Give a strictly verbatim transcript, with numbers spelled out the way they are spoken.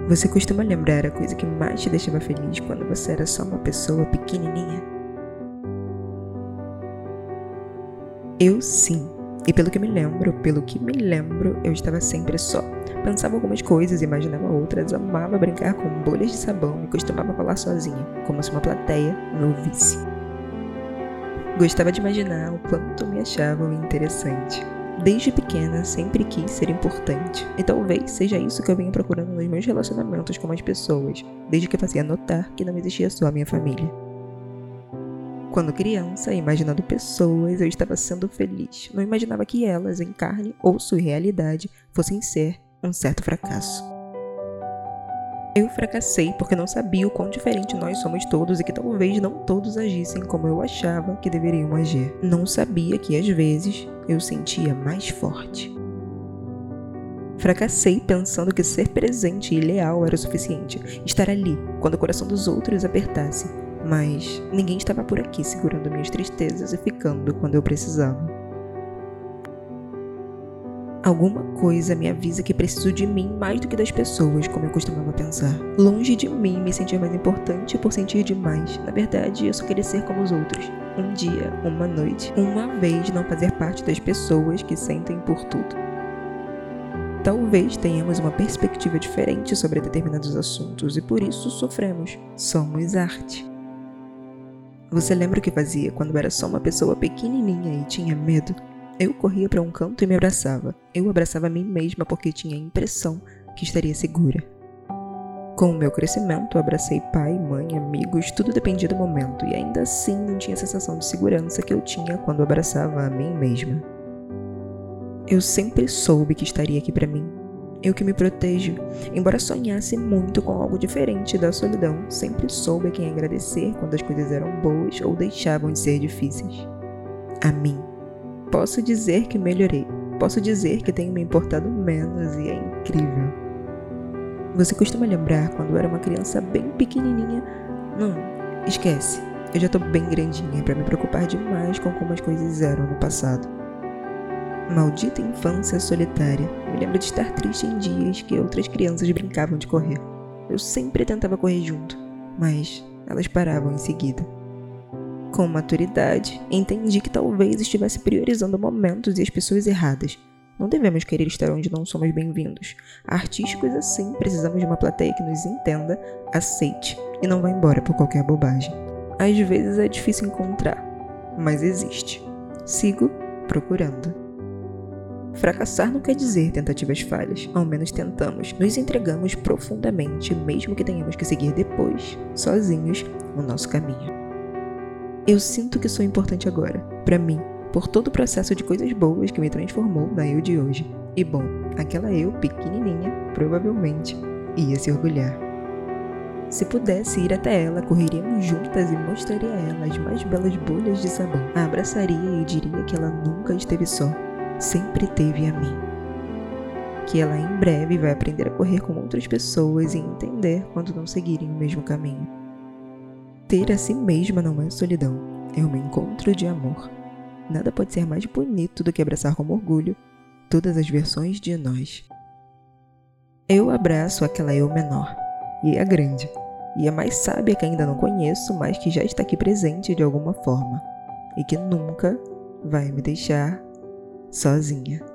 Você costuma lembrar a coisa que mais te deixava feliz quando você era só uma pessoa pequenininha? Eu sim. E pelo que me lembro, pelo que me lembro, eu estava sempre só. Pensava algumas coisas, imaginava outras, amava brincar com bolhas de sabão e costumava falar sozinha, como se uma plateia me ouvisse. Gostava de imaginar o quanto me achavam interessante. Desde pequena, sempre quis ser importante, e talvez seja isso que eu venho procurando nos meus relacionamentos com as pessoas, desde que eu passei a notar que não existia só a minha família. Quando criança, imaginando pessoas, eu estava sendo feliz. Não imaginava que elas, em carne ou sua realidade, fossem ser um certo fracasso. Eu fracassei porque não sabia o quão diferente nós somos todos e que talvez não todos agissem como eu achava que deveriam agir. Não sabia que, às vezes, eu sentia mais forte. Fracassei pensando que ser presente e leal era o suficiente, estar ali quando o coração dos outros apertasse, mas ninguém estava por aqui segurando minhas tristezas e ficando quando eu precisava. Alguma coisa me avisa que preciso de mim mais do que das pessoas, como eu costumava pensar. Longe de mim me sentir mais importante por sentir demais. Na verdade, eu só queria ser como os outros. Um dia, uma noite, uma vez não fazer parte das pessoas que sentem por tudo. Talvez tenhamos uma perspectiva diferente sobre determinados assuntos e por isso sofremos. Somos arte. Você lembra o que fazia quando era só uma pessoa pequenininha e tinha medo? Eu corria para um canto e me abraçava. Eu abraçava a mim mesma porque tinha a impressão que estaria segura. Com o meu crescimento, abracei pai, mãe, amigos, tudo dependia do momento e ainda assim não tinha a sensação de segurança que eu tinha quando abraçava a mim mesma. Eu sempre soube que estaria aqui para mim. Eu que me protejo. Embora sonhasse muito com algo diferente da solidão, sempre soube a quem agradecer quando as coisas eram boas ou deixavam de ser difíceis. A mim. Posso dizer que melhorei. Posso dizer que tenho me importado menos e é incrível. Você costuma lembrar quando era uma criança bem pequenininha? Não, esquece. Eu já tô bem grandinha para me preocupar demais com como as coisas eram no passado. Maldita infância solitária. Me lembro de estar triste em dias que outras crianças brincavam de correr. Eu sempre tentava correr junto, mas elas paravam em seguida. Com maturidade, entendi que talvez estivesse priorizando momentos e as pessoas erradas. Não devemos querer estar onde não somos bem-vindos. Artísticos assim, precisamos de uma plateia que nos entenda, aceite e não vá embora por qualquer bobagem. Às vezes é difícil encontrar, mas existe. Sigo procurando. Fracassar não quer dizer tentativas falhas, ao menos tentamos, nos entregamos profundamente, mesmo que tenhamos que seguir depois, sozinhos, o nosso caminho. Eu sinto que sou importante agora, pra mim, por todo o processo de coisas boas que me transformou na eu de hoje. E bom, aquela eu pequenininha, provavelmente, ia se orgulhar. Se pudesse ir até ela, correríamos juntas e mostraria a ela as mais belas bolhas de sabão. A abraçaria e diria que ela nunca esteve só, sempre teve a mim. Que ela em breve vai aprender a correr com outras pessoas e entender quando não seguirem o mesmo caminho. Ter a si mesma não é solidão, é um encontro de amor. Nada pode ser mais bonito do que abraçar com orgulho todas as versões de nós. Eu abraço aquela eu menor, e a grande, e a mais sábia que ainda não conheço, mas que já está aqui presente de alguma forma, e que nunca vai me deixar sozinha.